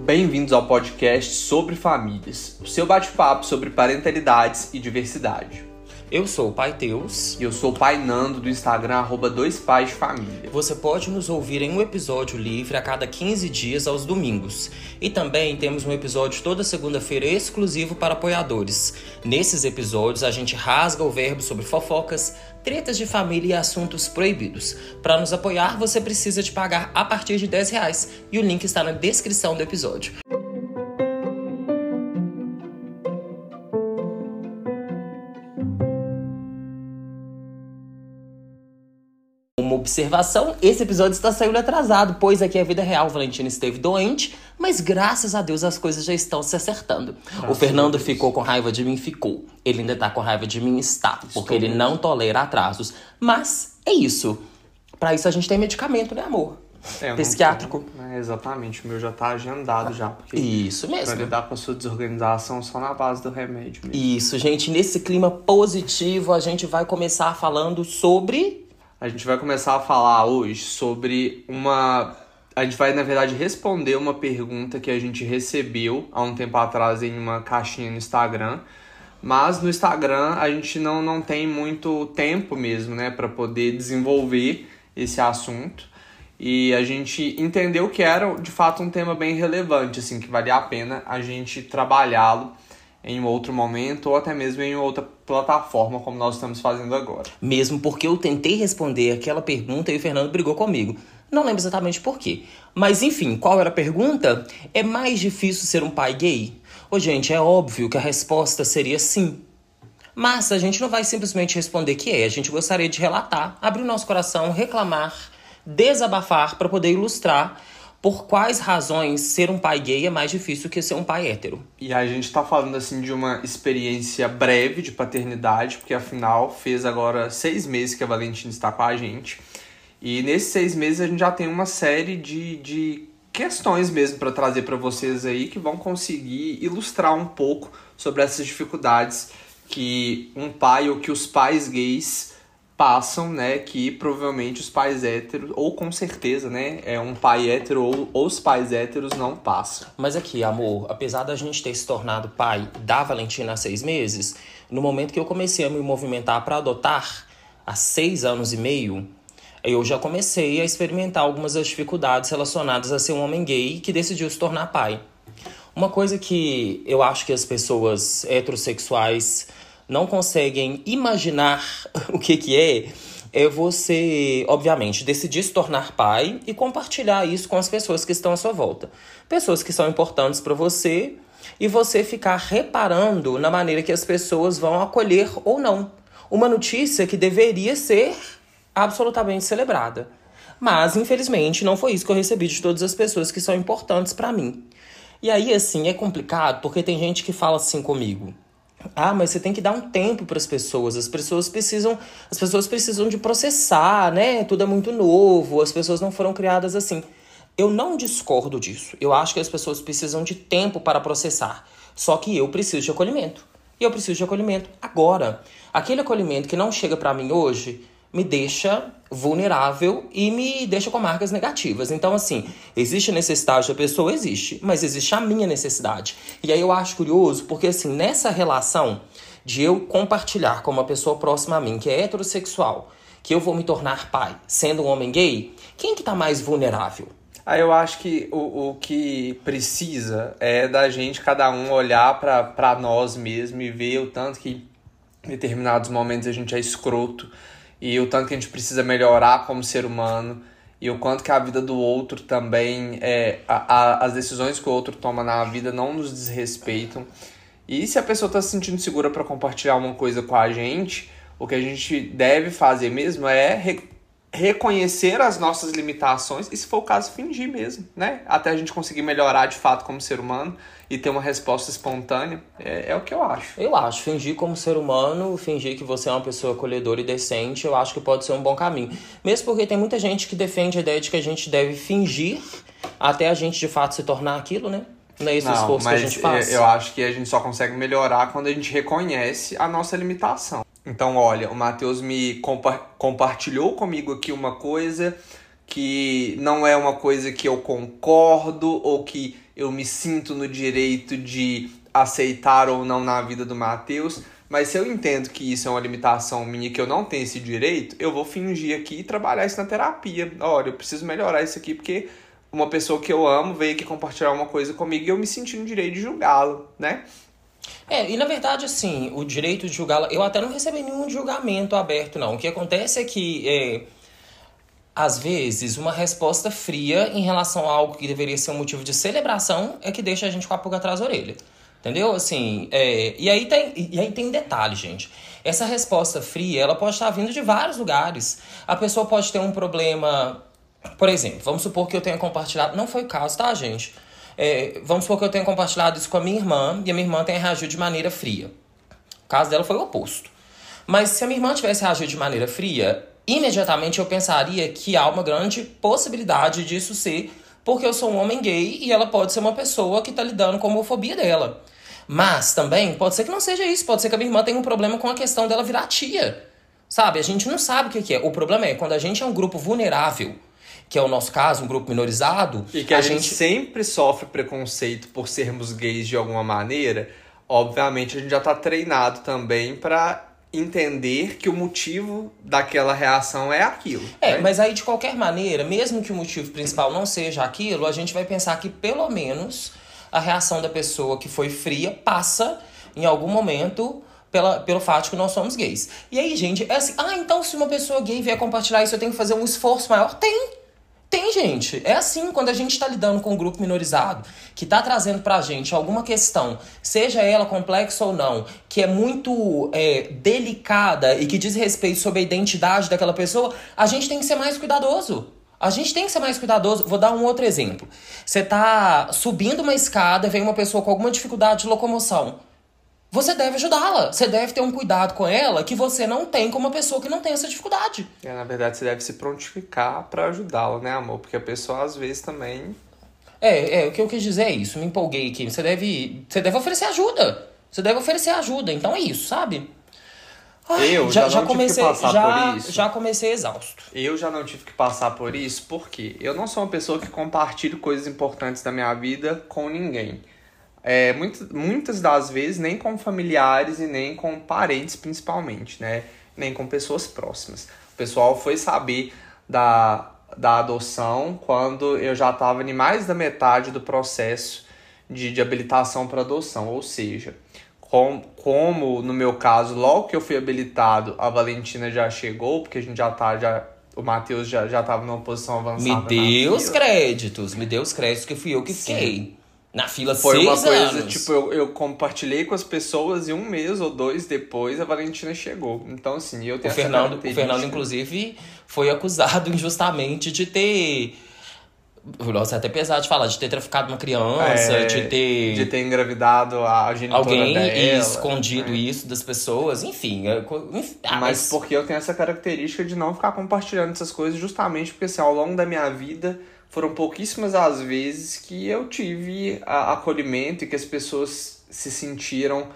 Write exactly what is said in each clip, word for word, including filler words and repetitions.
Bem-vindos ao podcast sobre famílias, o seu bate-papo sobre parentalidades e diversidade. Eu sou o Pai Teus. E eu sou o Pai Nando, do Instagram, arroba dois pais de família. Você pode nos ouvir em um episódio livre a cada quinze dias aos domingos. E também temos um episódio toda segunda-feira exclusivo para apoiadores. Nesses episódios, a gente rasga o verbo sobre fofocas, tretas de família e assuntos proibidos. Para nos apoiar, você precisa de pagar a partir de dez reais. E o link está na descrição do episódio. Uma observação, esse episódio está saindo atrasado, pois aqui é a vida real. O Valentina esteve doente, mas graças a Deus as coisas já estão se acertando. Graças o Fernando ficou com raiva de mim, ficou. Ele ainda tá com raiva de mim, está. Estou porque ele não tolera atrasos. Mas é isso. Pra isso a gente tem medicamento, né, amor? É, Psiquiátrico. Tenho, é, exatamente, o meu já tá agendado já. Porque isso mesmo. Pra lidar com a sua desorganização só na base do remédio mesmo. Isso, gente. Nesse clima positivo, a gente vai começar falando sobre... A gente vai começar a falar hoje sobre uma... A gente vai, na verdade, responder uma pergunta que a gente recebeu há um tempo atrás em uma caixinha no Instagram. Mas no Instagram a gente não, não tem muito tempo mesmo, né, para poder desenvolver esse assunto. E a gente entendeu que era, de fato, um tema bem relevante, assim, que valia a pena a gente trabalhá-lo em outro momento ou até mesmo em outra plataforma, como nós estamos fazendo agora. Mesmo porque eu tentei responder aquela pergunta e o Fernando brigou comigo. Não lembro exatamente por quê. Mas enfim, qual era a pergunta? É mais difícil ser um pai gay? Ô gente, é óbvio que a resposta seria sim. Mas a gente não vai simplesmente responder que é. A gente gostaria de relatar, abrir o nosso coração, reclamar, desabafar para poder ilustrar por quais razões ser um pai gay é mais difícil que ser um pai hétero. E a gente tá falando, assim, de uma experiência breve de paternidade, porque, afinal, fez agora seis meses que a Valentina está com a gente. E nesses seis meses a gente já tem uma série de, de questões mesmo para trazer para vocês aí que vão conseguir ilustrar um pouco sobre essas dificuldades que um pai ou que os pais gays passam, né, que provavelmente os pais héteros, ou com certeza, né, é um pai hétero ou, ou os pais héteros não passam. Mas aqui, amor, apesar da gente ter se tornado pai da Valentina há seis meses, no momento que eu comecei a me movimentar para adotar, há seis anos e meio, eu já comecei a experimentar algumas das dificuldades relacionadas a ser um homem gay que decidiu se tornar pai. Uma coisa que eu acho que as pessoas heterossexuais não conseguem imaginar o que que é, é você, obviamente, decidir se tornar pai e compartilhar isso com as pessoas que estão à sua volta. Pessoas que são importantes para você e você ficar reparando na maneira que as pessoas vão acolher ou não uma notícia que deveria ser absolutamente celebrada. Mas, infelizmente, não foi isso que eu recebi de todas as pessoas que são importantes para mim. E aí, assim, é complicado porque tem gente que fala assim comigo: ah, mas você tem que dar um tempo para as pessoas. As pessoas precisam, as pessoas precisam de processar, né? Tudo é muito novo, as pessoas não foram criadas assim. Eu não discordo disso. Eu acho que as pessoas precisam de tempo para processar. Só que eu preciso de acolhimento. E eu preciso de acolhimento agora. Aquele acolhimento que não chega para mim hoje me deixa vulnerável e me deixa com marcas negativas. Então, assim, existe a necessidade da pessoa? Existe. Mas existe a minha necessidade. E aí eu acho curioso, porque, assim, nessa relação de eu compartilhar com uma pessoa próxima a mim, que é heterossexual, que eu vou me tornar pai, sendo um homem gay, quem que tá mais vulnerável? Aí eu acho que o, o que precisa é da gente, cada um, olhar pra, pra nós mesmo e ver o tanto que em determinados momentos a gente é escroto, e o tanto que a gente precisa melhorar como ser humano, e o quanto que a vida do outro também, é, a, a, as decisões que o outro toma na vida não nos desrespeitam. E se a pessoa está se sentindo segura para compartilhar uma coisa com a gente, o que a gente deve fazer mesmo é re, reconhecer as nossas limitações e, se for o caso, fingir mesmo, né? Até a gente conseguir melhorar de fato como ser humano e ter uma resposta espontânea. É, é o que eu acho. Eu acho. Fingir como ser humano, fingir que você é uma pessoa acolhedora e decente, eu acho que pode ser um bom caminho. Mesmo porque tem muita gente que defende a ideia de que a gente deve fingir até a gente de fato se tornar aquilo, né? Não é esse Não, o esforço que a gente faz. Eu acho que a gente só consegue melhorar quando a gente reconhece a nossa limitação. Então, olha, o Matheus me compa- compartilhou comigo aqui uma coisa que não é uma coisa que eu concordo ou que eu me sinto no direito de aceitar ou não na vida do Matheus. Mas se eu entendo que isso é uma limitação minha, que eu não tenho esse direito, eu vou fingir aqui e trabalhar isso na terapia. Olha, eu preciso melhorar isso aqui porque uma pessoa que eu amo veio aqui compartilhar uma coisa comigo e eu me senti no direito de julgá-lo, né? É, e na verdade, assim, o direito de julgá-la... Eu até não recebi nenhum julgamento aberto, não. O que acontece é que, é, às vezes, uma resposta fria em relação a algo que deveria ser um motivo de celebração é que deixa a gente com a pulga atrás da orelha. Entendeu? Assim, é, e, aí tem, e aí tem detalhe, gente. Essa resposta fria, ela pode estar vindo de vários lugares. A pessoa pode ter um problema... Por exemplo, vamos supor que eu tenha compartilhado... Não foi o caso, tá, gente? É, vamos supor que eu tenha compartilhado isso com a minha irmã e a minha irmã tenha reagido de maneira fria. O caso dela foi o oposto. Mas se a minha irmã tivesse reagido de maneira fria, imediatamente eu pensaria que há uma grande possibilidade disso ser porque eu sou um homem gay e ela pode ser uma pessoa que está lidando com a homofobia dela. Mas também pode ser que não seja isso. Pode ser que a minha irmã tenha um problema com a questão dela virar tia. Sabe? A gente não sabe o que, que é. O problema é quando a gente é um grupo vulnerável, que é o nosso caso, um grupo minorizado... E que a, a gente, gente sempre sofre preconceito por sermos gays de alguma maneira. Obviamente a gente já tá treinado também pra entender que o motivo daquela reação é aquilo. É, né? Mas aí de qualquer maneira, mesmo que o motivo principal não seja aquilo, a gente vai pensar que pelo menos a reação da pessoa que foi fria passa em algum momento... Pela, pelo fato de que nós somos gays. E aí, gente, é assim... Ah, então se uma pessoa gay vier compartilhar isso, eu tenho que fazer um esforço maior? Tem! Tem, gente. É assim, quando a gente tá lidando com um grupo minorizado, que tá trazendo pra gente alguma questão, seja ela complexa ou não, que é muito é, delicada e que diz respeito sobre a identidade daquela pessoa, a gente tem que ser mais cuidadoso. A gente tem que ser mais cuidadoso. Vou dar um outro exemplo. Você tá subindo uma escada, vem uma pessoa com alguma dificuldade de locomoção. Você deve ajudá-la. Você deve ter um cuidado com ela que você não tem com uma pessoa que não tem essa dificuldade. É, na verdade, você deve se prontificar pra ajudá-la, né, amor? Porque a pessoa, às vezes, também... É, é, o que eu quis dizer é isso. Me empolguei aqui. Você deve, você deve oferecer ajuda. Você deve oferecer ajuda. Então é isso, sabe? Ai, eu já, já não comecei, tive que passar já, por isso. Já comecei exausto. Eu já não tive que passar por isso porque eu não sou uma pessoa que compartilha coisas importantes da minha vida com ninguém. É, muito, muitas das vezes nem com familiares e nem com parentes principalmente, né? Nem com pessoas próximas. O pessoal foi saber da, da adoção quando eu já estava em mais da metade do processo de, de habilitação para adoção. Ou seja, com, como no meu caso, logo que eu fui habilitado, a Valentina já chegou, porque a gente já tá... Já, o Matheus já estava numa posição avançada. Me deu os créditos, me deu os créditos que fui eu que fiquei. Sim. Na fila Foi seis uma coisa, anos. tipo, eu, eu compartilhei com as pessoas e um mês ou dois depois a Valentina chegou. Então, assim, eu tenho o Fernando, o Fernando, inclusive, foi acusado injustamente de ter... Nossa, é até pesado de falar, de ter traficado uma criança, é, de ter... De ter engravidado a genitora alguém dela. Alguém escondido né? isso das pessoas, enfim. É, enfim ah, mas... mas porque eu tenho essa característica de não ficar compartilhando essas coisas justamente porque, assim, ao longo da minha vida... Foram pouquíssimas as vezes que eu tive acolhimento e que as pessoas se sentiram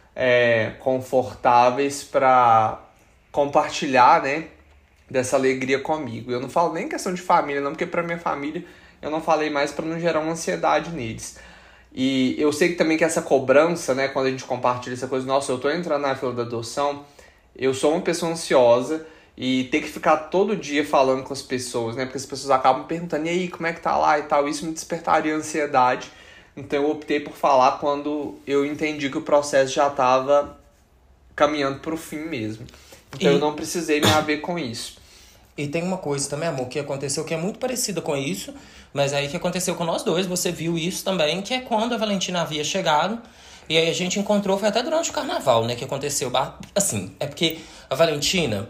é, confortáveis para compartilhar, né, dessa alegria comigo. Eu não falo nem questão de família, não, porque para minha família eu não falei mais para não gerar uma ansiedade neles. E eu sei que também que essa cobrança, né, quando a gente compartilha essa coisa, nossa, eu tô entrando na fila da adoção, eu sou uma pessoa ansiosa. E ter que ficar todo dia falando com as pessoas, né? Porque as pessoas acabam perguntando, e aí, como é que tá lá e tal? Isso me despertaria ansiedade. Então eu optei por falar quando eu entendi que o processo já estava caminhando pro fim mesmo. Então e... eu não precisei me haver com isso. E tem uma coisa também, amor, que aconteceu que é muito parecida com isso, mas aí que aconteceu com nós dois, você viu isso também, que é quando a Valentina havia chegado, e aí a gente encontrou, foi até durante o carnaval, né, que aconteceu. Assim, é porque a Valentina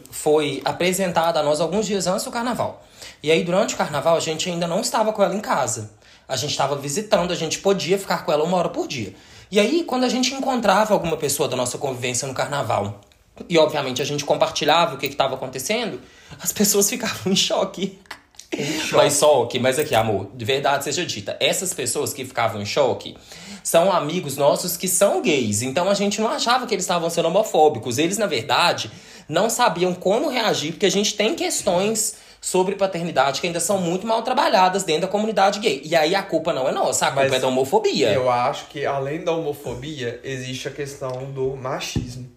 foi apresentada a nós alguns dias antes do carnaval. E aí, durante o carnaval, a gente ainda não estava com ela em casa. A gente estava visitando, a gente podia ficar com ela uma hora por dia. E aí, quando a gente encontrava alguma pessoa da nossa convivência no carnaval, e obviamente a gente compartilhava o que estava acontecendo, as pessoas ficavam em choque. Em choque. Mas só que, mas aqui, amor, de verdade seja dita, essas pessoas que ficavam em choque são amigos nossos que são gays. Então a gente não achava que eles estavam sendo homofóbicos. Eles, na verdade, não sabiam como reagir, porque a gente tem questões sobre paternidade que ainda são muito mal trabalhadas dentro da comunidade gay. E aí a culpa não é nossa, a culpa Mas é da homofobia. Eu acho que, além da homofobia, existe a questão do machismo.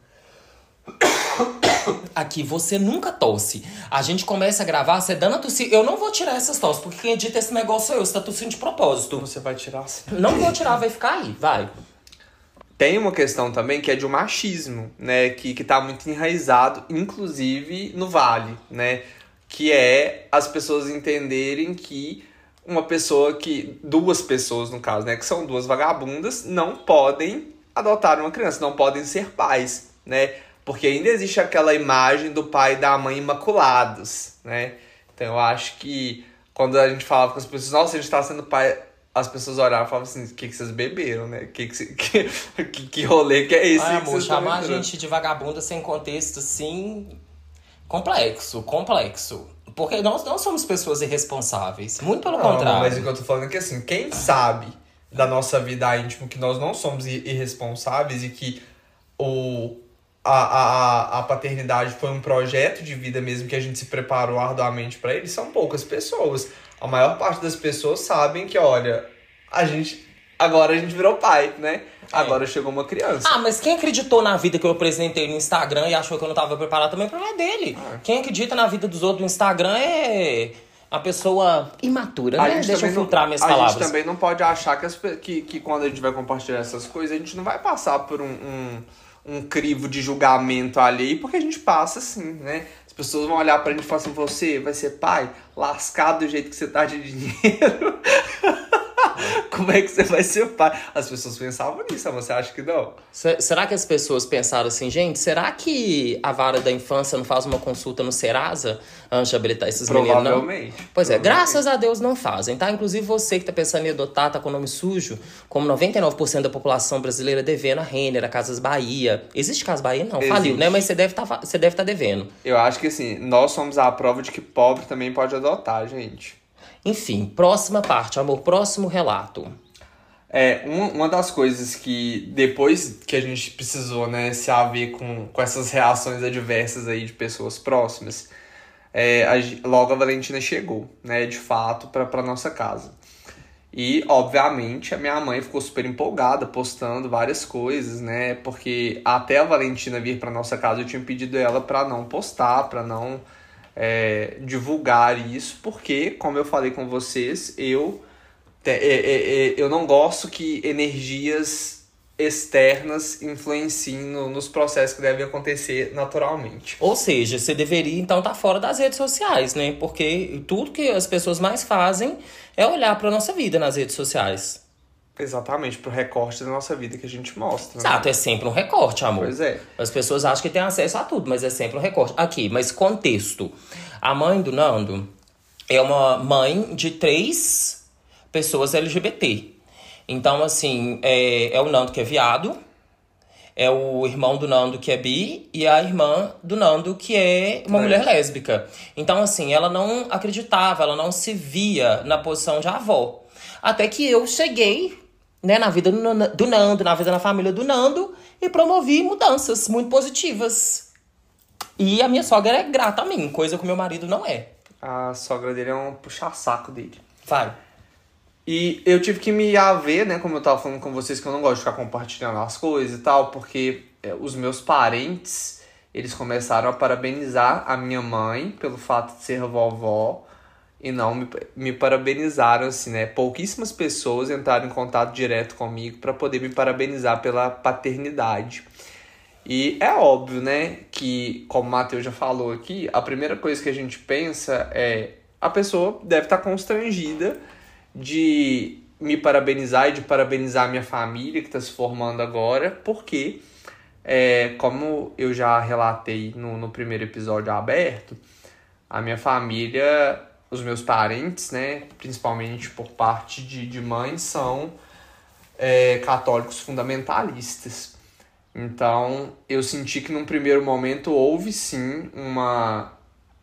Aqui, você nunca tosse. A gente começa a gravar, você dando a tossir. Eu não vou tirar essas tosses, porque quem edita esse negócio sou eu. Você tá tossindo de propósito. Você vai tirar assim. Não vou tirar, vai ficar aí. Vai. Tem uma questão também que é de um machismo, né? Que, que tá muito enraizado, inclusive no Vale, né? Que é as pessoas entenderem que uma pessoa que... Duas pessoas, no caso, né? Que são duas vagabundas, não podem adotar uma criança, não podem ser pais, né? Porque ainda existe aquela imagem do pai e da mãe imaculados, né? Então eu acho que quando a gente falava com as pessoas, nossa, a gente tá sendo pai... As pessoas olhavam e falavam assim, o que, que vocês beberam, né? Que, que, que, que, que rolê que é esse? Ai, que amor, vocês chamar a estão gente de vagabunda sem contexto, assim... Complexo, complexo. Porque nós não somos pessoas irresponsáveis. Muito pelo Não, contrário. mas o que eu tô falando é que assim, quem sabe da nossa vida íntima que nós não somos irresponsáveis e que o, a, a, a paternidade foi um projeto de vida mesmo que a gente se preparou arduamente pra ele, são poucas pessoas. A maior parte das pessoas sabem que, olha, a gente... Agora a gente virou pai, né? Agora é. Chegou uma criança. Ah, mas quem acreditou na vida que eu apresentei no Instagram e achou que eu não tava preparado também, o problema é dele. Ah. Quem acredita na vida dos outros no Instagram é a pessoa imatura, né? Deixa eu filtrar não, minhas a palavras. A gente também não pode achar que, as, que, que quando a gente vai compartilhar essas coisas, a gente não vai passar por um, um, um crivo de julgamento alheio, porque a gente passa assim, né? As pessoas vão olhar pra gente e falar assim, você vai ser pai? Lascado do jeito que você tá de dinheiro. Como é que você vai ser pai? As pessoas pensavam nisso, você acha que não? Será que as pessoas pensaram assim, gente, será que a vara da infância não faz uma consulta no Serasa antes de habilitar esses meninos, não? Provavelmente. Pois é, graças a Deus não fazem, tá? Inclusive você que tá pensando em adotar, tá com o nome sujo, como noventa e nove por cento da população brasileira devendo a Renner, a Casas Bahia. Existe Casas Bahia? Não, Existe. Faliu, né? Mas você deve tá, você deve tá devendo. Eu acho que assim, nós somos a prova de que pobre também pode adotar, gente. Enfim, próxima parte, amor, próximo relato. É, uma, uma das coisas que depois que a gente precisou, né, se haver com, com essas reações adversas aí de pessoas próximas, é, a, logo a Valentina chegou, né, de fato, pra, pra nossa casa. E, obviamente, a minha mãe ficou super empolgada, postando várias coisas, né, porque até a Valentina vir pra nossa casa eu tinha pedido ela pra não postar, pra não... É, divulgar isso, porque, como eu falei com vocês, eu, é, é, é, eu não gosto que energias externas influenciem no, nos processos que devem acontecer naturalmente. Ou seja, você deveria, então, estar fora das redes sociais, né? Porque tudo que as pessoas mais fazem é olhar para nossa vida nas redes sociais. Exatamente, pro recorte da nossa vida que a gente mostra. Exato, né? É sempre um recorte, amor. Pois é. As pessoas acham que têm acesso a tudo, mas é sempre um recorte. Aqui, mas contexto. A mãe do Nando é uma mãe de três pessoas L G B T. Então, assim, é, é o Nando que é viado, é o irmão do Nando que é bi e a irmã do Nando que é uma é. mulher lésbica. Então, assim, ela não acreditava, ela não se via na posição de avó. Até que eu cheguei... Né, na vida do Nando, na vida da família do Nando, e promovi mudanças muito positivas. E a minha sogra é grata a mim, coisa que o meu marido não é. A sogra dele é um puxa-saco dele. Vai. E eu tive que me haver, né, como eu tava falando com vocês, que eu não gosto de ficar compartilhando as coisas e tal, porque é, os meus parentes, eles começaram a parabenizar a minha mãe pelo fato de ser vovó, e não me, me parabenizaram, assim, né? Pouquíssimas pessoas entraram em contato direto comigo para poder me parabenizar pela paternidade. E é óbvio, né, que, como o Matheus já falou aqui, a primeira coisa que a gente pensa é a pessoa deve estar constrangida de me parabenizar e de parabenizar a minha família que está se formando agora, porque, é, como eu já relatei no, no primeiro episódio aberto, a minha família... Os meus parentes, né, principalmente por parte de, de mãe, são é, católicos fundamentalistas. Então, eu senti que num primeiro momento houve sim uma,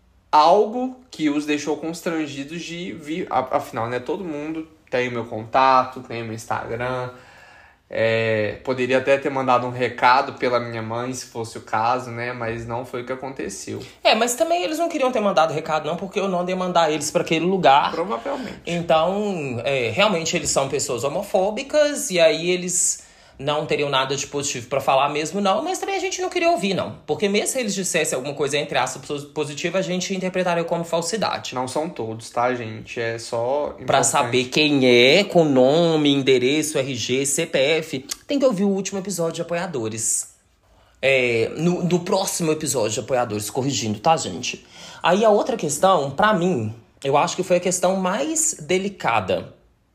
algo que os deixou constrangidos de vir. Afinal, né, todo mundo tem o meu contato, tem o meu Instagram. É, poderia até ter mandado um recado pela minha mãe, se fosse o caso, né? Mas não foi o que aconteceu. É, mas também eles não queriam ter mandado recado, não, porque eu não ia mandar eles para aquele lugar. Provavelmente. Então, é, realmente eles são pessoas homofóbicas, e aí eles não teriam nada de positivo pra falar mesmo, não. Mas também a gente não queria ouvir, não. Porque mesmo se eles dissessem alguma coisa, entre aspas, positiva, a gente interpretaria como falsidade. Não são todos, tá, gente? É só importante. Pra saber quem é, com nome, endereço, R G, C P F, tem que ouvir o último episódio de Apoiadores. É, no, no próximo episódio de Apoiadores, corrigindo, tá, gente? Aí a outra questão, pra mim, eu acho que foi a questão mais delicada.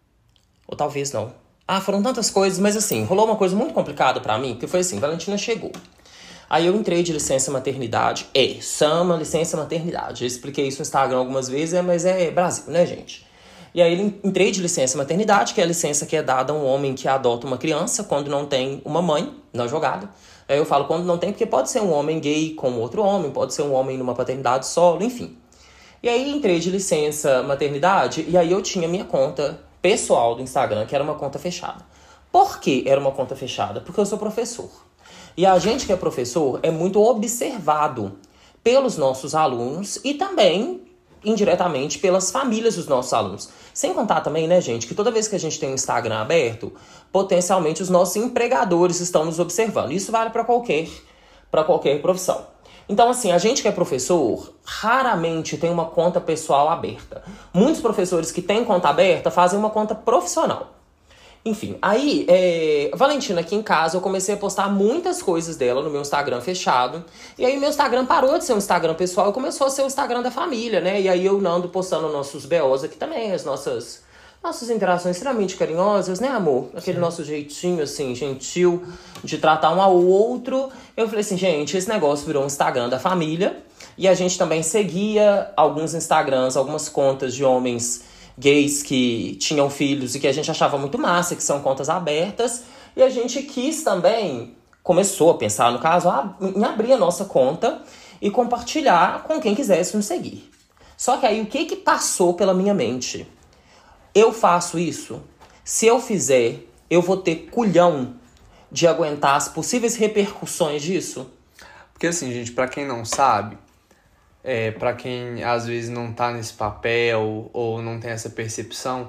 Ou talvez não. Ah, foram tantas coisas, mas assim, rolou uma coisa muito complicada pra mim, que foi assim, Valentina chegou. Aí eu entrei de licença maternidade, é, chama licença maternidade. Eu expliquei isso no Instagram algumas vezes, é, mas é Brasil, né, gente? E aí entrei de licença maternidade, que é a licença que é dada a um homem que adota uma criança quando não tem uma mãe na jogada. Aí eu falo quando não tem, porque pode ser um homem gay com outro homem, pode ser um homem numa paternidade solo, enfim. E aí entrei de licença maternidade, e aí eu tinha minha conta pessoal do Instagram, que era uma conta fechada. Por que era uma conta fechada? Porque eu sou professor. E a gente que é professor é muito observado pelos nossos alunos e também, indiretamente, pelas famílias dos nossos alunos. Sem contar também, né, gente, que toda vez que a gente tem um Instagram aberto, potencialmente os nossos empregadores estão nos observando. Isso vale para qualquer, para qualquer profissão. Então, assim, a gente que é professor, raramente tem uma conta pessoal aberta. Muitos professores que têm conta aberta fazem uma conta profissional. Enfim, aí, é, Valentina aqui em casa, eu comecei a postar muitas coisas dela no meu Instagram fechado. E aí meu Instagram parou de ser um Instagram pessoal e começou a ser o Instagram da família, né? E aí eu ando postando nossos B Os aqui também, as nossas... Nossas interações extremamente carinhosas, né, amor? Aquele Sim. nosso jeitinho, assim, gentil, de tratar um ao outro. Eu falei assim, gente, esse negócio virou um Instagram da família. E a gente também seguia alguns Instagrams, algumas contas de homens gays que tinham filhos e que a gente achava muito massa, que são contas abertas. E a gente quis também, começou a pensar, no caso, em abrir a nossa conta e compartilhar com quem quisesse nos seguir. Só que aí, o que que passou pela minha mente? Eu faço isso? Se eu fizer, eu vou ter culhão de aguentar as possíveis repercussões disso? Porque assim, gente, pra quem não sabe, é, pra quem às vezes não tá nesse papel ou não tem essa percepção,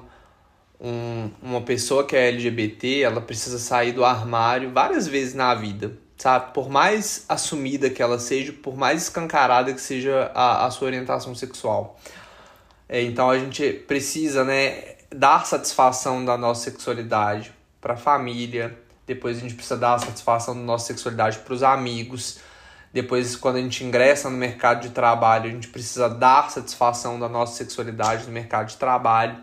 um, uma pessoa que é L G B T, ela precisa sair do armário várias vezes na vida, sabe? Por mais assumida que ela seja, por mais escancarada que seja a, a sua orientação sexual. É, então a gente precisa, né, dar satisfação da nossa sexualidade para a família, depois a gente precisa dar satisfação da nossa sexualidade para os amigos, depois quando a gente ingressa no mercado de trabalho, a gente precisa dar satisfação da nossa sexualidade no mercado de trabalho.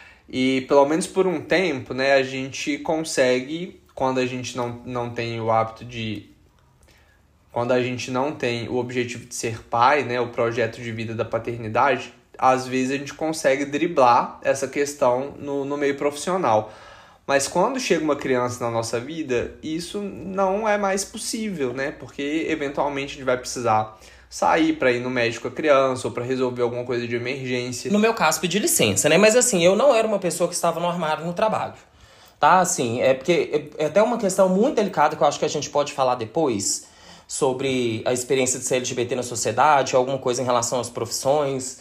E pelo menos por um tempo, né, a gente consegue, quando a gente não, não tem o hábito de... Quando a gente não tem o objetivo de ser pai, né, o projeto de vida da paternidade, às vezes a gente consegue driblar essa questão no, no meio profissional. Mas quando chega uma criança na nossa vida, isso não é mais possível, né? Porque eventualmente a gente vai precisar sair para ir no médico com a criança ou para resolver alguma coisa de emergência. No meu caso, pedir licença, né? Mas assim, eu não era uma pessoa que estava no armário no trabalho. Tá? Assim, é porque é até uma questão muito delicada que eu acho que a gente pode falar depois sobre a experiência de ser L G B T na sociedade, alguma coisa em relação às profissões...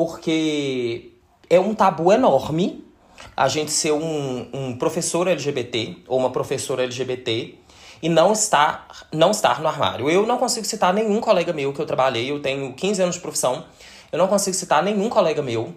Porque é um tabu enorme a gente ser um, um professor L G B T ou uma professora L G B T e não estar, não estar no armário. Eu não consigo citar nenhum colega meu que eu trabalhei, eu tenho quinze anos de profissão, eu não consigo citar nenhum colega meu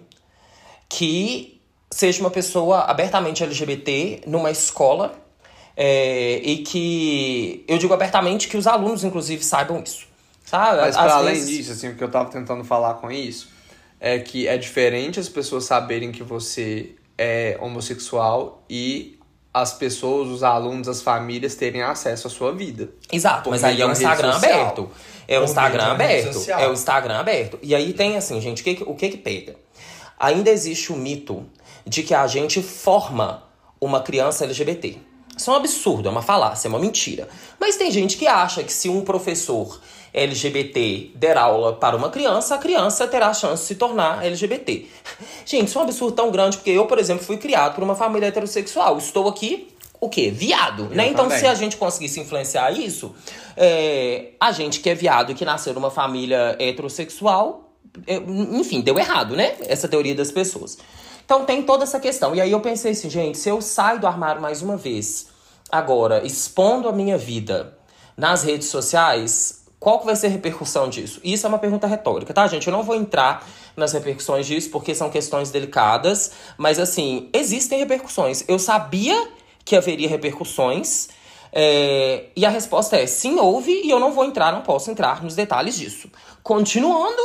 que seja uma pessoa abertamente L G B T numa escola é, e que, eu digo abertamente, que os alunos, inclusive, saibam isso. Sabe? Mas para além vezes... disso, assim, o que eu tava tentando falar com isso é que é diferente as pessoas saberem que você é homossexual e as pessoas, os alunos, as famílias terem acesso à sua vida. Exato, mas aí é um Instagram aberto. É um Instagram aberto. É o Instagram aberto. E aí tem assim, gente, o que, o que que pega? Ainda existe o mito de que a gente forma uma criança L G B T. Isso é um absurdo, é uma falácia, é uma mentira. Mas tem gente que acha que se um professor L G B T der aula para uma criança, a criança terá a chance de se tornar L G B T. Gente, isso é um absurdo tão grande, porque eu, por exemplo, fui criado por uma família heterossexual. Estou aqui o quê? Viado, Eu né? Então, também. se a gente conseguisse influenciar isso, é, a gente que é viado e que nasceu numa família heterossexual, é, enfim, deu errado, né? Essa teoria das pessoas. Então, tem toda essa questão. E aí eu pensei assim, gente, se eu saio do armário mais uma vez, agora, expondo a minha vida nas redes sociais, qual que vai ser a repercussão disso? Isso é uma pergunta retórica, tá, gente? Eu não vou entrar nas repercussões disso, porque são questões delicadas. Mas, assim, existem repercussões. Eu sabia que haveria repercussões. É, e a resposta é sim, houve. E eu não vou entrar, não posso entrar nos detalhes disso. Continuando.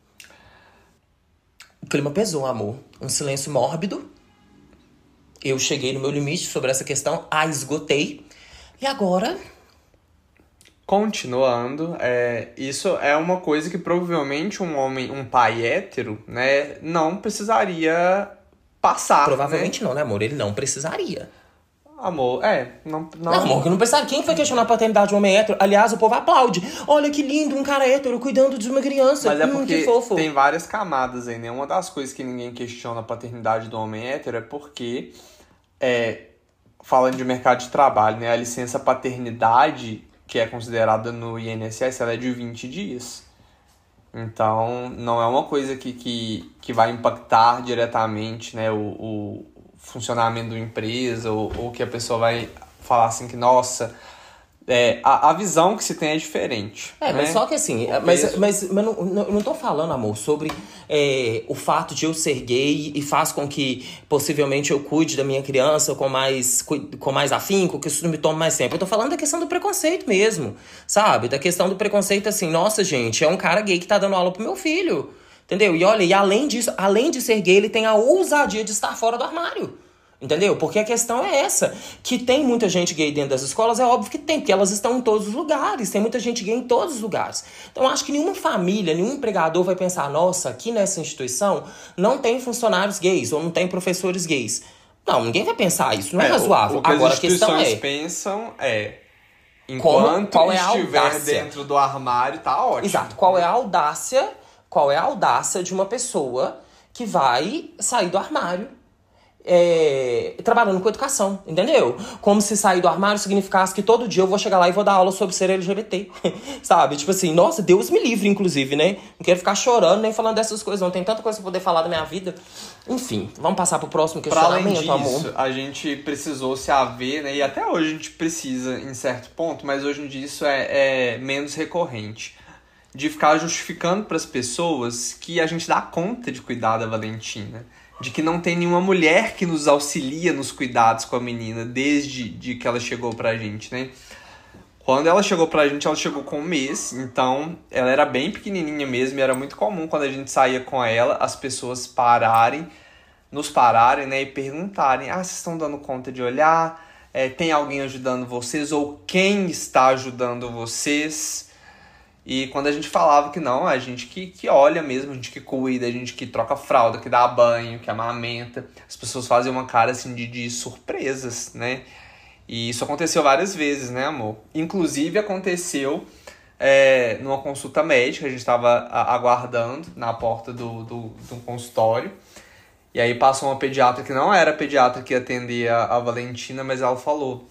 O clima pesou, amor. Um silêncio mórbido. Eu cheguei no meu limite sobre essa questão. A esgotei. E agora... Continuando, é, isso é uma coisa que provavelmente um homem, um pai hétero, né, não precisaria passar. Provavelmente né? não, né, amor? Ele não precisaria. Amor, é, não... Não, Não, amor, que não precisaria. Quem foi questionar a paternidade de um homem hétero? Aliás, o povo aplaude. Olha que lindo, um cara hétero cuidando de uma criança. Mas é hum, porque que fofo. tem várias camadas aí, né? Uma das coisas que ninguém questiona a paternidade do homem hétero é porque, é, falando de mercado de trabalho, né, a licença paternidade, que é considerada no I N S S, ela é de vinte dias. Então, não é uma coisa que, que, que vai impactar diretamente, né, o, o funcionamento da empresa, ou, ou que a pessoa vai falar assim que, nossa... É, a, a visão que se tem é diferente. É, né? mas só que assim, O mas, peso- mas, mas não, não, não tô falando, amor, sobre é, o fato de eu ser gay e faz com que possivelmente eu cuide da minha criança com mais, cu- com mais afinco, que isso não me tome mais tempo. Eu tô falando da questão do preconceito mesmo, sabe? Da questão do preconceito assim, nossa, gente, é um cara gay que tá dando aula pro meu filho, entendeu? E olha, e além disso, além de ser gay, ele tem a ousadia de estar fora do armário. Entendeu? Porque a questão é essa. Que tem muita gente gay dentro das escolas, é óbvio que tem, porque elas estão em todos os lugares. Tem muita gente gay em todos os lugares. Então, eu acho que nenhuma família, nenhum empregador vai pensar, nossa, aqui nessa instituição não tem funcionários gays, ou não tem professores gays. Não, ninguém vai pensar isso, não é, É, o- razoável. O, que Agora, as a questão instituições é... pensam é... Como- Enquanto qual é a estiver audácia? dentro do armário, tá ótimo. Exato. Qual é a audácia, qual é a audácia de uma pessoa que vai sair do armário é, trabalhando com educação, entendeu? Como se sair do armário significasse que todo dia eu vou chegar lá e vou dar aula sobre ser L G B T, sabe? Tipo assim, nossa, Deus me livre, inclusive, né? Não quero ficar chorando nem falando dessas coisas, não tem tanta coisa pra poder falar da minha vida. Enfim, vamos passar pro próximo Pra além questionamento, disso, amor. a gente precisou se haver, né? E até hoje a gente precisa em certo ponto, mas hoje em dia isso é, é menos recorrente. De ficar justificando pras pessoas que a gente dá conta de cuidar da Valentina. De que não tem nenhuma mulher que nos auxilia nos cuidados com a menina desde de que ela chegou pra gente, né? Quando ela chegou pra gente, ela chegou com um mês, então ela era bem pequenininha mesmo, e era muito comum quando a gente saía com ela, as pessoas pararem, nos pararem, né, e perguntarem, ah, vocês estão dando conta de olhar? É, tem alguém ajudando vocês? Ou quem está ajudando vocês? E quando a gente falava que não, a gente que, que olha mesmo, a gente que cuida, a gente que troca fralda, que dá banho, que amamenta, as pessoas fazem uma cara assim de, de surpresas, né? E isso aconteceu várias vezes, né, amor? Inclusive aconteceu é, numa consulta médica, a gente estava aguardando na porta do, do, do consultório. E aí passou uma pediatra que não era a pediatra que ia atender a, a Valentina, mas ela falou...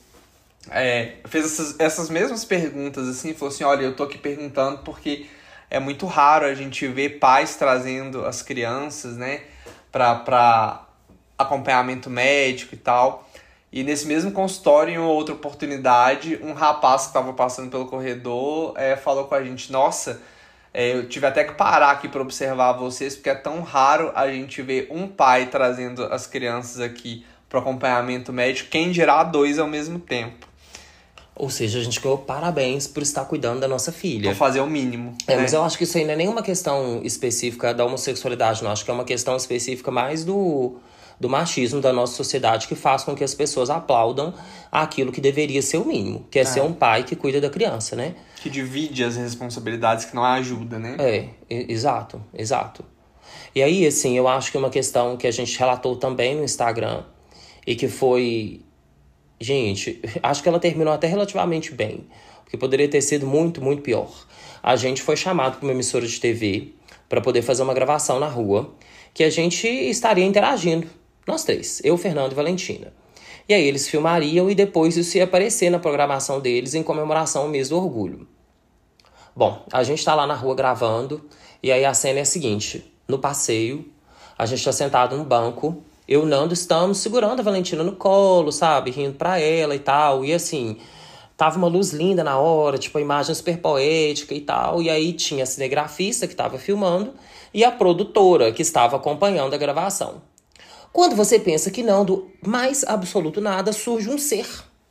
É, fez essas, essas mesmas perguntas assim, falou assim, olha, eu tô aqui perguntando porque é muito raro a gente ver pais trazendo as crianças, né, pra, pra acompanhamento médico e tal. E nesse mesmo consultório, em uma outra oportunidade, um rapaz que estava passando pelo corredor é, falou com a gente, nossa, é, eu tive até que parar aqui para observar vocês, porque é tão raro a gente ver um pai trazendo as crianças aqui para acompanhamento médico, quem dirá dois ao mesmo tempo. Ou seja, a gente ganhou parabéns por estar cuidando da nossa filha. Pra fazer o mínimo. É, né? mas eu acho que isso aí não é nenhuma questão específica da homossexualidade, não. Acho que é uma questão específica mais do, do machismo da nossa sociedade, que faz com que as pessoas aplaudam aquilo que deveria ser o mínimo, que é, é. ser um pai que cuida da criança, né? Que divide as responsabilidades, que não ajuda, né? É, exato, exato. E aí, assim, eu acho que uma questão que a gente relatou também no Instagram e que foi... Gente, acho que ela terminou até relativamente bem, porque poderia ter sido muito, muito pior. A gente foi chamado para uma emissora de T V para poder fazer uma gravação na rua, que a gente estaria interagindo, nós três, eu, Fernando e Valentina. E E aí eles filmariam e depois isso ia aparecer na programação deles em comemoração ao mês do orgulho. Bom, a gente tá lá na rua gravando, e aí a cena é a seguinte: no passeio, a gente tá sentado no banco, eu e o Nando estamos segurando a Valentina no colo, sabe? Rindo pra ela e tal, e assim, tava uma luz linda na hora, tipo, a imagem super poética e tal, e aí tinha a cinegrafista que tava filmando e a produtora que estava acompanhando a gravação. Quando você pensa que não, do mais absoluto nada, surge um ser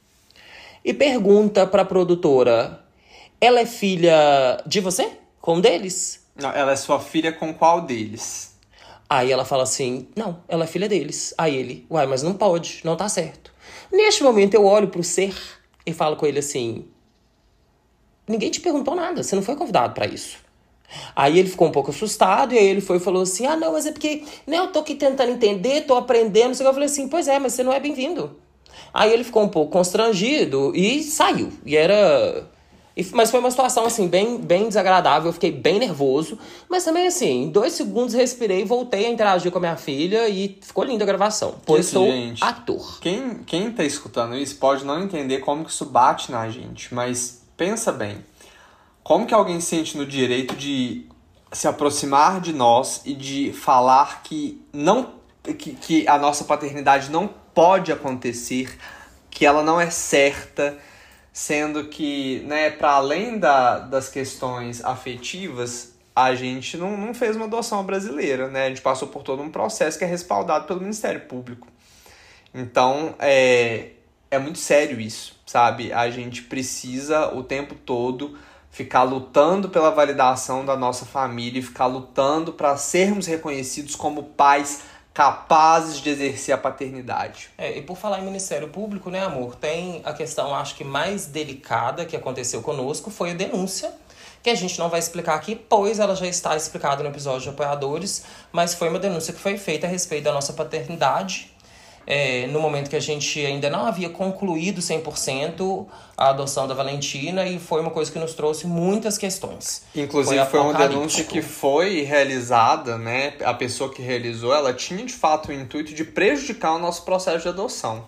e pergunta pra produtora: ela é filha de você? Com um deles? Não, ela é sua filha com qual deles? Aí ela fala assim: não, ela é filha deles. Aí ele: uai, mas não pode, não tá certo. Neste momento eu olho pro ser e falo com ele assim: ninguém te perguntou nada, você não foi convidado pra isso. Aí ele ficou um pouco assustado, e aí ele foi e falou assim: ah, não, mas é porque né, eu tô aqui tentando entender, tô aprendendo. Eu falei assim: pois é, mas você não é bem-vindo. Aí ele ficou um pouco constrangido e saiu. E era... Mas foi uma situação, assim, bem, bem desagradável. Eu fiquei bem nervoso. Mas também, assim, em dois segundos respirei, voltei a interagir com a minha filha e ficou linda a gravação. Pois Isso, sou gente, ator. Quem, quem tá escutando isso pode não entender como que isso bate na gente. Mas pensa bem. Como que alguém se sente no direito de se aproximar de nós e de falar que, não, que, que a nossa paternidade não pode acontecer, que ela não é certa, sendo que, né, para além da, das questões afetivas, a gente não, não fez uma adoção brasileira, né? A gente passou por todo um processo que é respaldado pelo Ministério Público. Então, é, é muito sério isso, sabe? A gente precisa o tempo todo ficar lutando pela validação da nossa família e ficar lutando para sermos reconhecidos como pais capazes de exercer a paternidade. É, e por falar em Ministério Público, né, amor, tem a questão, acho que mais delicada que aconteceu conosco, foi a denúncia, que a gente não vai explicar aqui, pois ela já está explicada no episódio de apoiadores, mas foi uma denúncia que foi feita a respeito da nossa paternidade, é, no momento que a gente ainda não havia concluído cem por cento a adoção da Valentina, e foi uma coisa que nos trouxe muitas questões. Inclusive foi, foi uma denúncia que foi realizada, né? A pessoa que realizou, ela tinha de fato o intuito de prejudicar o nosso processo de adoção.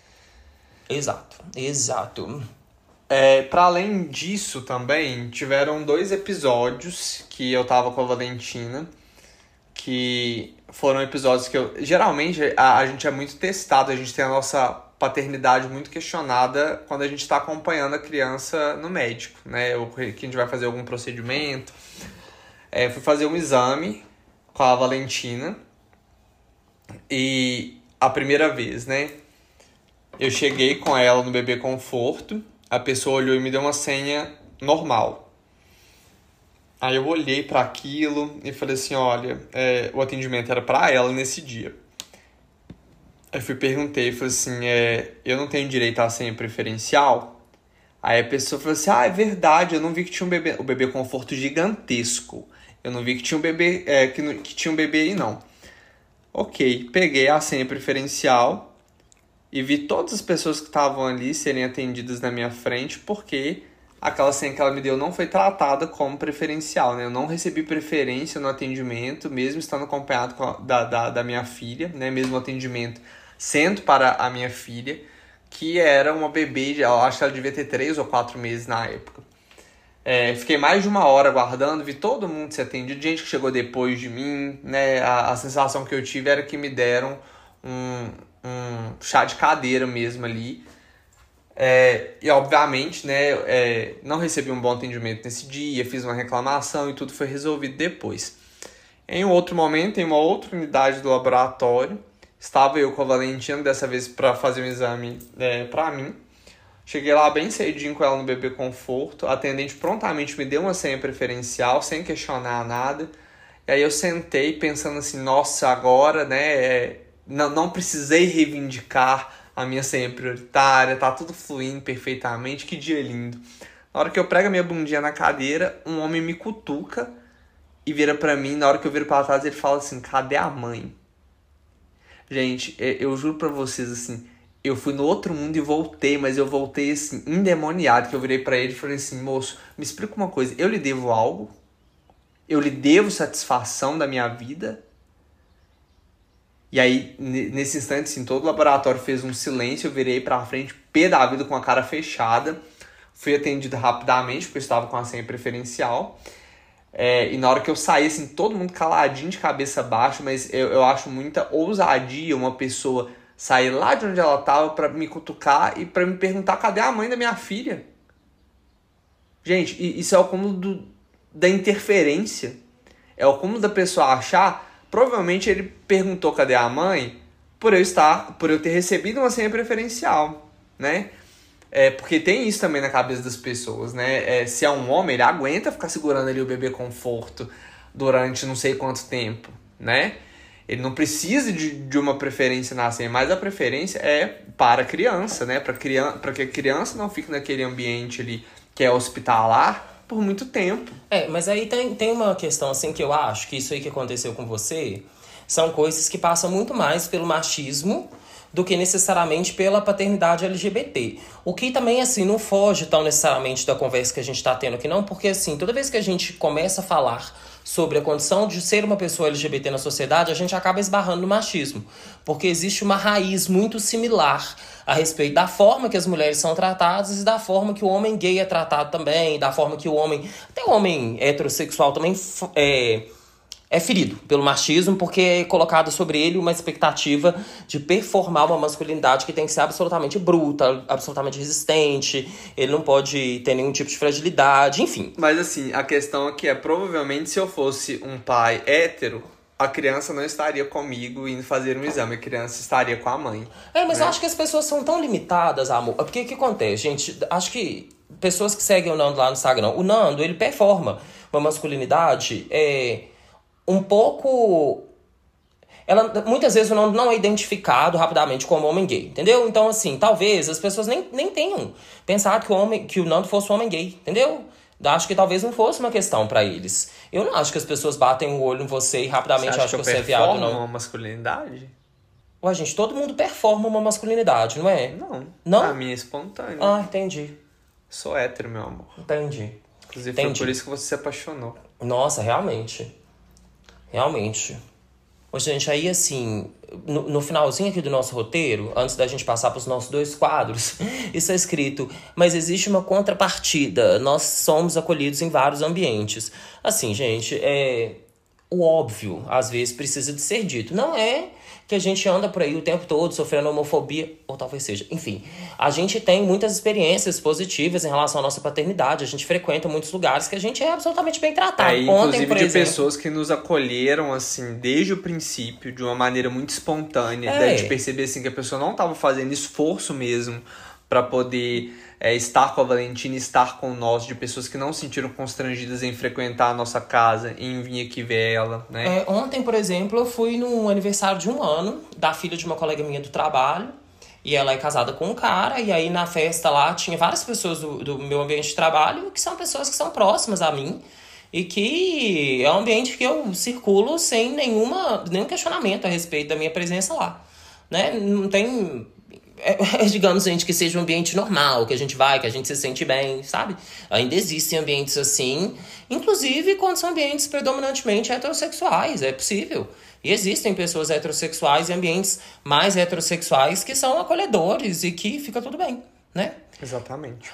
Exato, exato. É, para além disso também, tiveram dois episódios que eu tava com a Valentina, que foram episódios que eu... Geralmente a, a gente é muito testado, a gente tem a nossa paternidade muito questionada quando a gente está acompanhando a criança no médico, né? Ou que a gente vai fazer algum procedimento. É, fui fazer um exame com a Valentina e a primeira vez, né? Eu cheguei com ela no bebê conforto, a pessoa olhou e me deu uma senha normal. Aí eu olhei para aquilo e falei assim, olha, é, o atendimento era para ela nesse dia. Aí fui perguntei, falei assim, é, eu não tenho direito à senha preferencial? Aí a pessoa falou assim, ah, é verdade, eu não vi que tinha um bebê, o bebê conforto gigantesco. Eu não vi que tinha um bebê, é, que, que tinha um bebê aí não. Ok, peguei a senha preferencial e vi todas as pessoas que estavam ali serem atendidas na minha frente, porque aquela senha que ela me deu não foi tratada como preferencial, né? Eu não recebi preferência no atendimento, mesmo estando acompanhado com a, da, da, da minha filha, né? Mesmo o atendimento sendo para a minha filha, que era uma bebê, eu acho que ela devia ter três ou quatro meses na época. É, fiquei mais de uma hora aguardando, vi todo mundo se atendido, gente que chegou depois de mim, né? A, a sensação que eu tive era que me deram um, um chá de cadeira mesmo ali. É, e obviamente, né, é, não recebi um bom atendimento nesse dia, fiz uma reclamação e tudo foi resolvido depois. Em um outro momento, em uma outra unidade do laboratório, estava eu com a Valentina, dessa vez para fazer um exame é, para mim. Cheguei lá bem cedinho com ela no bebê conforto, a atendente prontamente me deu uma senha preferencial, sem questionar nada. E aí eu sentei pensando assim, nossa, agora, né, é, não, não precisei reivindicar a minha senha prioritária, tá tudo fluindo perfeitamente, que dia lindo. Na hora que eu prego a minha bundinha na cadeira, um homem me cutuca e vira pra mim, na hora que eu viro pra trás, ele fala assim, cadê a mãe? Gente, eu juro pra vocês, assim, eu fui no outro mundo e voltei, mas eu voltei, assim, endemoniado, que eu virei pra ele e falei assim, moço, me explica uma coisa, eu lhe devo algo? Eu lhe devo satisfação da minha vida? E aí, nesse instante, assim, todo o laboratório fez um silêncio, eu virei pra frente, pé da vida, com a cara fechada. Fui atendido rapidamente, porque eu estava com a senha preferencial. É, e na hora que eu saí, assim, todo mundo caladinho, de cabeça baixa, mas eu, eu acho muita ousadia uma pessoa sair lá de onde ela estava pra me cutucar e pra me perguntar cadê a mãe da minha filha. Gente, isso é o cúmulo do, da interferência. É o cúmulo da pessoa achar... Provavelmente ele perguntou cadê a mãe por eu estar, por eu ter recebido uma senha preferencial, né? É, porque tem isso também na cabeça das pessoas, né? É, se é um homem, ele aguenta ficar segurando ali o bebê conforto durante não sei quanto tempo, né? Ele não precisa de, de uma preferência na senha, mas a preferência é para a criança, né? Para criança, para que a criança não fique naquele ambiente ali que é hospitalar por muito tempo. É, mas aí tem, tem uma questão assim que eu acho que isso aí que aconteceu com você são coisas que passam muito mais pelo machismo do que necessariamente pela paternidade L G B T. O que também, assim, não foge tão necessariamente da conversa que a gente tá tendo aqui, não, porque, assim, toda vez que a gente começa a falar sobre a condição de ser uma pessoa L G B T na sociedade, a gente acaba esbarrando no machismo. Porque existe uma raiz muito similar a respeito da forma que as mulheres são tratadas e da forma que o homem gay é tratado também, da forma que o homem... Até o homem heterossexual também é, é ferido pelo machismo, porque é colocado sobre ele uma expectativa de performar uma masculinidade que tem que ser absolutamente bruta, absolutamente resistente, ele não pode ter nenhum tipo de fragilidade, enfim. Mas assim, a questão aqui é, provavelmente se eu fosse um pai hétero, a criança não estaria comigo indo fazer um exame, a criança estaria com a mãe. É, mas né? eu acho que as pessoas são tão limitadas, amor. Porque o que acontece, gente? Acho que pessoas que seguem o Nando lá no Instagram, o Nando, ele performa uma masculinidade é, um pouco... Ela, muitas vezes o Nando não é identificado rapidamente como homem gay, entendeu? Então, assim, talvez as pessoas nem, nem tenham pensado que o, homem, que o Nando fosse um homem gay, entendeu? Acho que talvez não fosse uma questão pra eles. Eu não acho que as pessoas batem o olho em você e rapidamente Você acha acham que, que você é viado, não. uma masculinidade? Ué, gente, todo mundo performa uma masculinidade, não é? Não. Não? A minha é espontânea. Ah, entendi. Sou hétero, meu amor. Entendi. Inclusive Entendi. foi por isso que você se apaixonou. Nossa, realmente. Realmente. Ô, gente, aí assim, no, no finalzinho aqui do nosso roteiro, antes da gente passar pros nossos dois quadros, isso é escrito, mas existe uma contrapartida, nós somos acolhidos em vários ambientes. Assim, gente, é... o óbvio, às vezes, precisa de ser dito. Não é que a gente anda por aí o tempo todo sofrendo homofobia, ou talvez seja. Enfim, a gente tem muitas experiências positivas em relação à nossa paternidade. A gente frequenta muitos lugares que a gente é absolutamente bem tratado. É, Ontem, inclusive por de exemplo, pessoas que nos acolheram, assim, desde o princípio, de uma maneira muito espontânea. É. Da gente perceber, assim, que a pessoa não estava fazendo esforço mesmo para poder é, estar com a Valentina, estar com nós, de pessoas que não se sentiram constrangidas em frequentar a nossa casa, em vir aqui ver ela, né? É, ontem, por exemplo, eu fui no aniversário de um ano da filha de uma colega minha do trabalho. E ela é casada com um cara. E aí, na festa lá, tinha várias pessoas do, do meu ambiente de trabalho que são pessoas que são próximas a mim. E que é um ambiente que eu circulo sem nenhuma, nenhum questionamento a respeito da minha presença lá. Né? Não tem... É, digamos, gente, que seja um ambiente normal, que a gente vai, que a gente se sente bem, sabe? Ainda existem ambientes assim, inclusive quando são ambientes predominantemente heterossexuais, é possível. E existem pessoas heterossexuais e ambientes mais heterossexuais que são acolhedores e que fica tudo bem, né? Exatamente.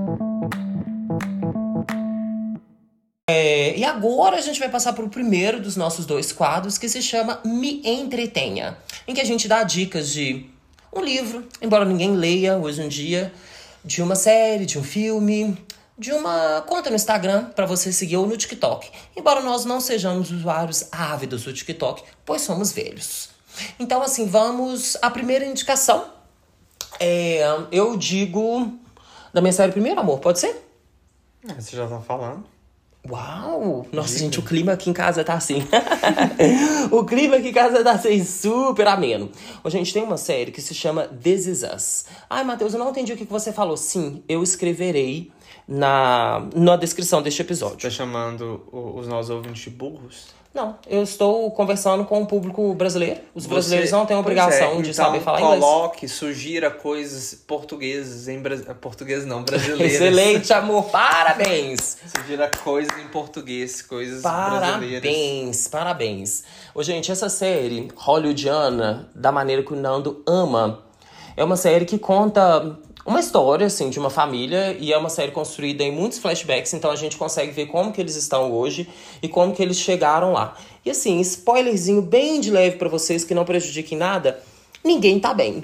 É, e agora a gente vai passar para o primeiro dos nossos dois quadros, que se chama Me Entretenha, em que a gente dá dicas de um livro, embora ninguém leia hoje em dia, de uma série, de um filme, de uma conta no Instagram para você seguir ou no TikTok. Embora nós não sejamos usuários ávidos do TikTok, pois somos velhos. Então, assim, vamos à primeira indicação. É, eu digo da minha série primeiro, amor, pode ser? É, você já tá falando. Uau! Nossa, Diga. gente, o clima aqui em casa tá assim. O clima aqui em casa tá assim, super ameno. Ô, gente, tem uma série que se chama This Is Us. Ai, Matheus, eu não entendi o que você falou. Sim, eu escreverei na, na descrição deste episódio. Tá chamando o- os nossos ouvintes de burros? Não, eu estou conversando com o público brasileiro. Os brasileiros Você- não têm pois obrigação é, de então saber falar inglês. coloque, sugira coisas portugueses em bra... português não, brasileiras. Excelente, amor. Parabéns. Sugira coisas em português, coisas brasileiras. Parabéns, parabéns. Ô, gente, essa série hollywoodiana, da maneira que o Nando ama, é uma série que conta uma história, assim, de uma família, e é uma série construída em muitos flashbacks, então a gente consegue ver como que eles estão hoje e como que eles chegaram lá. E assim, spoilerzinho bem de leve pra vocês, que não prejudiquem nada, ninguém tá bem.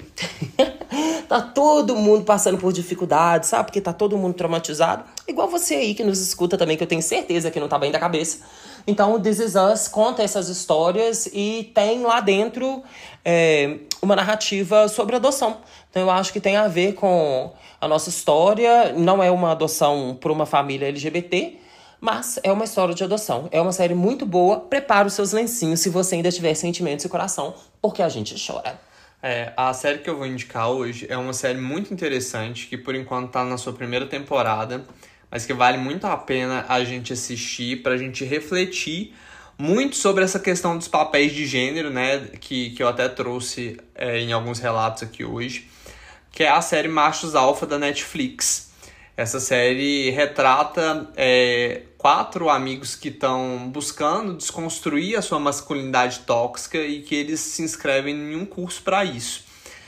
Tá todo mundo passando por dificuldades, sabe? Porque tá todo mundo traumatizado. Igual você aí que nos escuta também, que eu tenho certeza que não tá bem da cabeça. Então, o This Is Us conta essas histórias e tem lá dentro é, uma narrativa sobre adoção. Então, eu acho que tem a ver com a nossa história. Não é uma adoção por uma família L G B T, mas é uma história de adoção. É uma série muito boa. Prepara os seus lencinhos se você ainda tiver sentimentos e coração, porque a gente chora. É, a série que eu vou indicar hoje é uma série muito interessante, que por enquanto tá na sua primeira temporada, mas que vale muito a pena a gente assistir pra gente refletir muito sobre essa questão dos papéis de gênero, né, que, que eu até trouxe é, em alguns relatos aqui hoje, que é a série Machos Alfa da Netflix. Essa série retrata é, quatro amigos que estão buscando desconstruir a sua masculinidade tóxica e que eles se inscrevem em um curso para isso.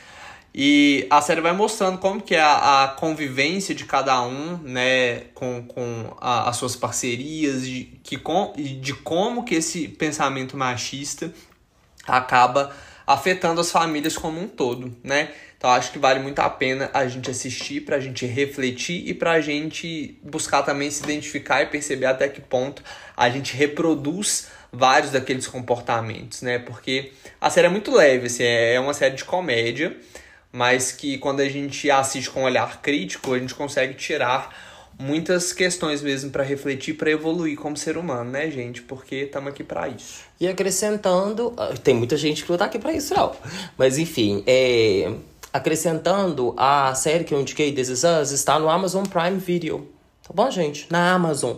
E a série vai mostrando como que é a, a convivência de cada um, né, com, com a, as suas parcerias, de, que com, de como que esse pensamento machista acaba afetando as famílias como um todo, né? Então acho que vale muito a pena a gente assistir, pra gente refletir e pra gente buscar também se identificar e perceber até que ponto a gente reproduz vários daqueles comportamentos, né? Porque a série é muito leve, assim, é uma série de comédia, mas que quando a gente assiste com um olhar crítico, a gente consegue tirar muitas questões mesmo para refletir, para evoluir como ser humano, né, gente? Porque estamos aqui para isso. E acrescentando... Tem muita gente que não tá aqui pra isso, não. Mas enfim, é... acrescentando, a série que eu indiquei, This Is Us, está no Amazon Prime Video. Tá bom, gente? Na Amazon.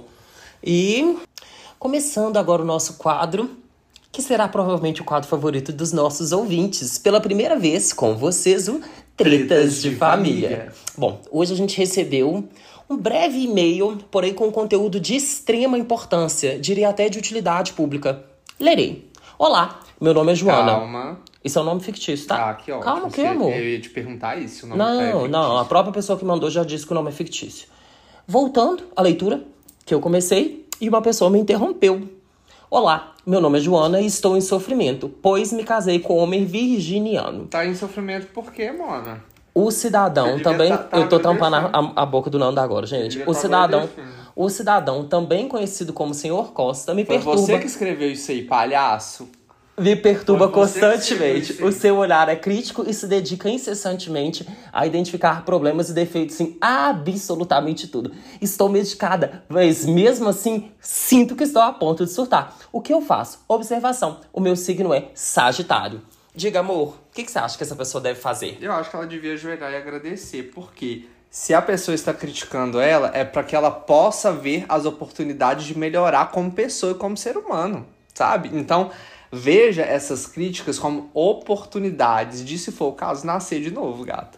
E começando agora o nosso quadro, que será provavelmente o quadro favorito dos nossos ouvintes. Pela primeira vez com vocês, o Tretas, Tretas de, de família. família. Bom, hoje a gente recebeu um breve e-mail, porém com conteúdo de extrema importância, diria até de utilidade pública. Lerei. Olá, meu nome é Joana. Calma. Isso é um nome fictício, tá? Ah, que ótimo. Calma, o que, amor? Eu ia te perguntar isso. O nome não, é fictício. não. A própria pessoa que mandou já disse que o nome é fictício. Voltando à leitura, que eu comecei, e uma pessoa me interrompeu. Olá, meu nome é Joana e estou em sofrimento, pois me casei com um homem virginiano. Tá em sofrimento por quê, Mona? O cidadão também... Tá, tá eu tô tampando a, a boca do Nando agora, gente. O cidadão... O cidadão, também conhecido como senhor Costa, me Foi perturba... Foi você que escreveu isso aí, palhaço? Me perturba Foi você constantemente. Que o seu olhar é crítico e se dedica incessantemente a identificar problemas e defeitos em absolutamente tudo. Estou medicada, mas mesmo assim, sinto que estou a ponto de surtar. O que eu faço? Observação. O meu signo é Sagitário. Diga, amor, o que, que você acha que essa pessoa deve fazer? Eu acho que ela devia ajoelhar e agradecer, porque se a pessoa está criticando ela, é para que ela possa ver as oportunidades de melhorar como pessoa e como ser humano, sabe? Então, veja essas críticas como oportunidades de, se for o caso, nascer de novo, gata.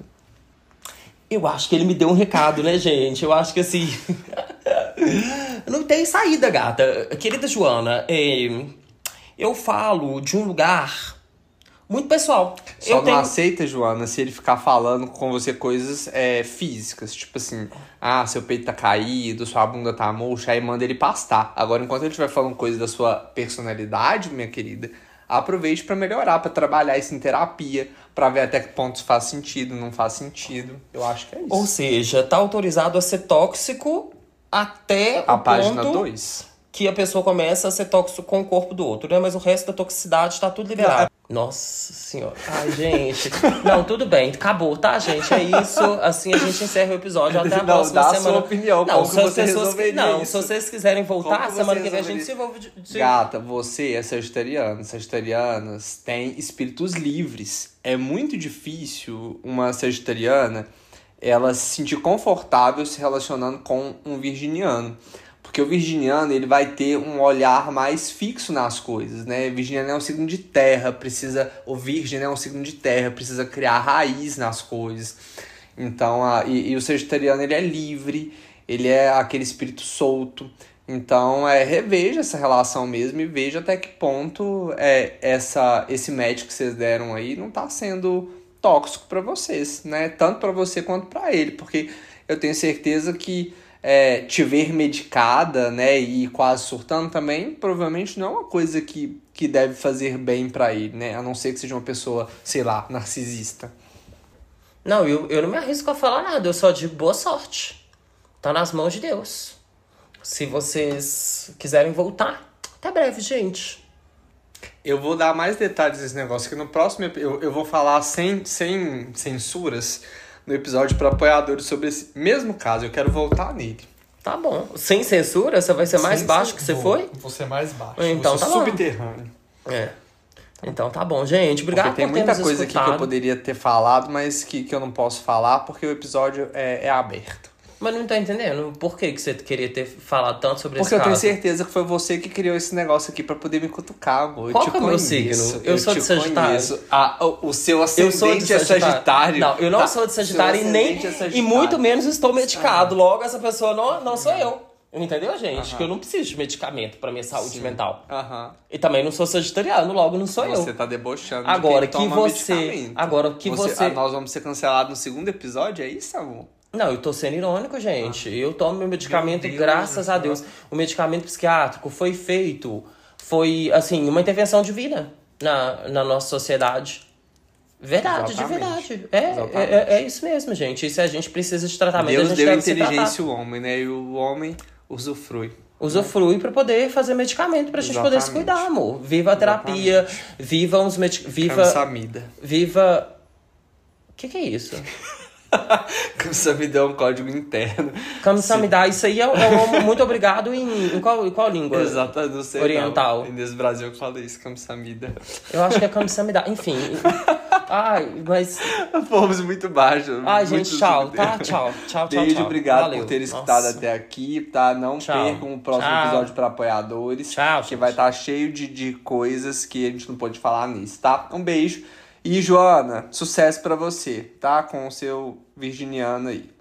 Eu acho que ele me deu um recado, né, gente? Eu acho que assim... Não tem saída, gata. Querida Joana, é... eu falo de um lugar muito pessoal. Só eu não tenho... aceita, Joana, se ele ficar falando com você coisas é, físicas. Tipo assim, ah, seu peito tá caído, sua bunda tá murcha, aí manda ele pastar. Agora, enquanto ele estiver falando coisas da sua personalidade, minha querida, aproveite pra melhorar, pra trabalhar isso em terapia, pra ver até que pontos faz sentido, não faz sentido. Eu acho que é isso. Ou seja, tá autorizado a ser tóxico até a o página ponto dois. Que a pessoa começa a ser tóxico com o corpo do outro, né? Mas o resto da toxicidade tá tudo liberado. Nossa senhora. Ai, gente. Não, tudo bem. Acabou, tá, gente? É isso. Assim a gente encerra o episódio. Até a não, próxima dá semana. A sua opinião, não, como se que as você pessoas resolveria Não, isso? se vocês quiserem voltar, Como que semana você que vem a gente se resolveria envolve de... Gata, você é sagitariano. Sagitarianas têm espíritos livres. É muito difícil uma sagitariana ela se sentir confortável se relacionando com um virginiano. Porque o virginiano, ele vai ter um olhar mais fixo nas coisas, né? Virginiano é um signo de terra, precisa... O virgem é um signo de terra, precisa criar raiz nas coisas. Então, a, e, e o sagitariano, ele é livre, ele é aquele espírito solto. Então, é, reveja essa relação mesmo e veja até que ponto é, essa, esse match que vocês deram aí não tá sendo tóxico para vocês, né? Tanto para você quanto para ele, porque eu tenho certeza que É, te ver medicada, né, e quase surtando também, provavelmente não é uma coisa que, que deve fazer bem pra ele, né, a não ser que seja uma pessoa, sei lá, narcisista. Não, eu, eu não me arrisco a falar nada, eu só digo boa sorte. Tá nas mãos de Deus. Se vocês quiserem voltar, até breve, gente. Eu vou dar mais detalhes desse negócio, que no próximo eu, eu vou falar sem, sem censuras no episódio para apoiadores sobre esse mesmo caso. Eu quero voltar nele. Tá bom. Sem censura, você vai ser mais Sem baixo que você vou, foi? Vou ser mais baixo. Então vou ser tá bom. subterrâneo. É. Então tá bom, gente. Obrigado porque tem por ter muita nos coisa escutado. aqui que eu poderia ter falado, mas que, que eu não posso falar porque o episódio é, é aberto. Mas não tá entendendo por que, que você queria ter falado tanto sobre Porque esse caso? Porque eu tenho certeza que foi você que criou esse negócio aqui pra poder me cutucar, amor. Qual eu te que é o meu conheço, signo? Eu, eu sou te de Sagitário. Conheço. Ah, o, o seu ascendente eu sou de é Sagitário. Não, eu não tá. sou de Sagitário e nem é Sagitário. e muito menos estou medicado. Logo, essa pessoa não, não sou eu. Entendeu, gente? Uh-huh. Que eu não preciso de medicamento pra minha saúde Sim. mental. Uh-huh. E também não sou sagitariano, logo não sou você eu. Você tá debochando agora, de quem que toma você, medicamento. Agora que você... você... Ah, nós vamos ser cancelados no segundo episódio, é isso, amor? Não, eu tô sendo irônico, gente. Ah. Eu tomo meu medicamento, meu Deus, graças a Deus. O medicamento psiquiátrico foi feito, foi, assim, uma intervenção divina na, na nossa sociedade. Verdade, Exatamente. de verdade. É, é, é isso mesmo, gente. E se a gente precisa de tratamento, Deus a gente deu deve inteligência ao homem, né? E o homem usufrui. Usufrui pra poder fazer medicamento pra gente poder se cuidar, amor. Viva a terapia, Exatamente. viva uns medicamentos. Viva. Camsamida. Viva. O que, que é isso? Camsamida é um código interno. Camsamida, isso aí é, é um muito obrigado em, em, qual, em qual língua? Exato, não sei. Oriental. Não. Nesse Brasil que fala isso, Camsamida. Eu acho que é Camsamida. Enfim. Ai, mas. Fomos muito baixo. Ai, muito gente, tchau, tá? Tchau, tchau, tchau. Beijo, tchau. obrigado Valeu. por ter escutado Nossa. até aqui, tá? Não tchau. percam o próximo tchau. episódio para apoiadores. Tchau, que gente. vai estar cheio de, de coisas que a gente não pode falar nisso, tá? Um beijo. E, Joana, sucesso pra você, tá? Com o seu virginiano aí.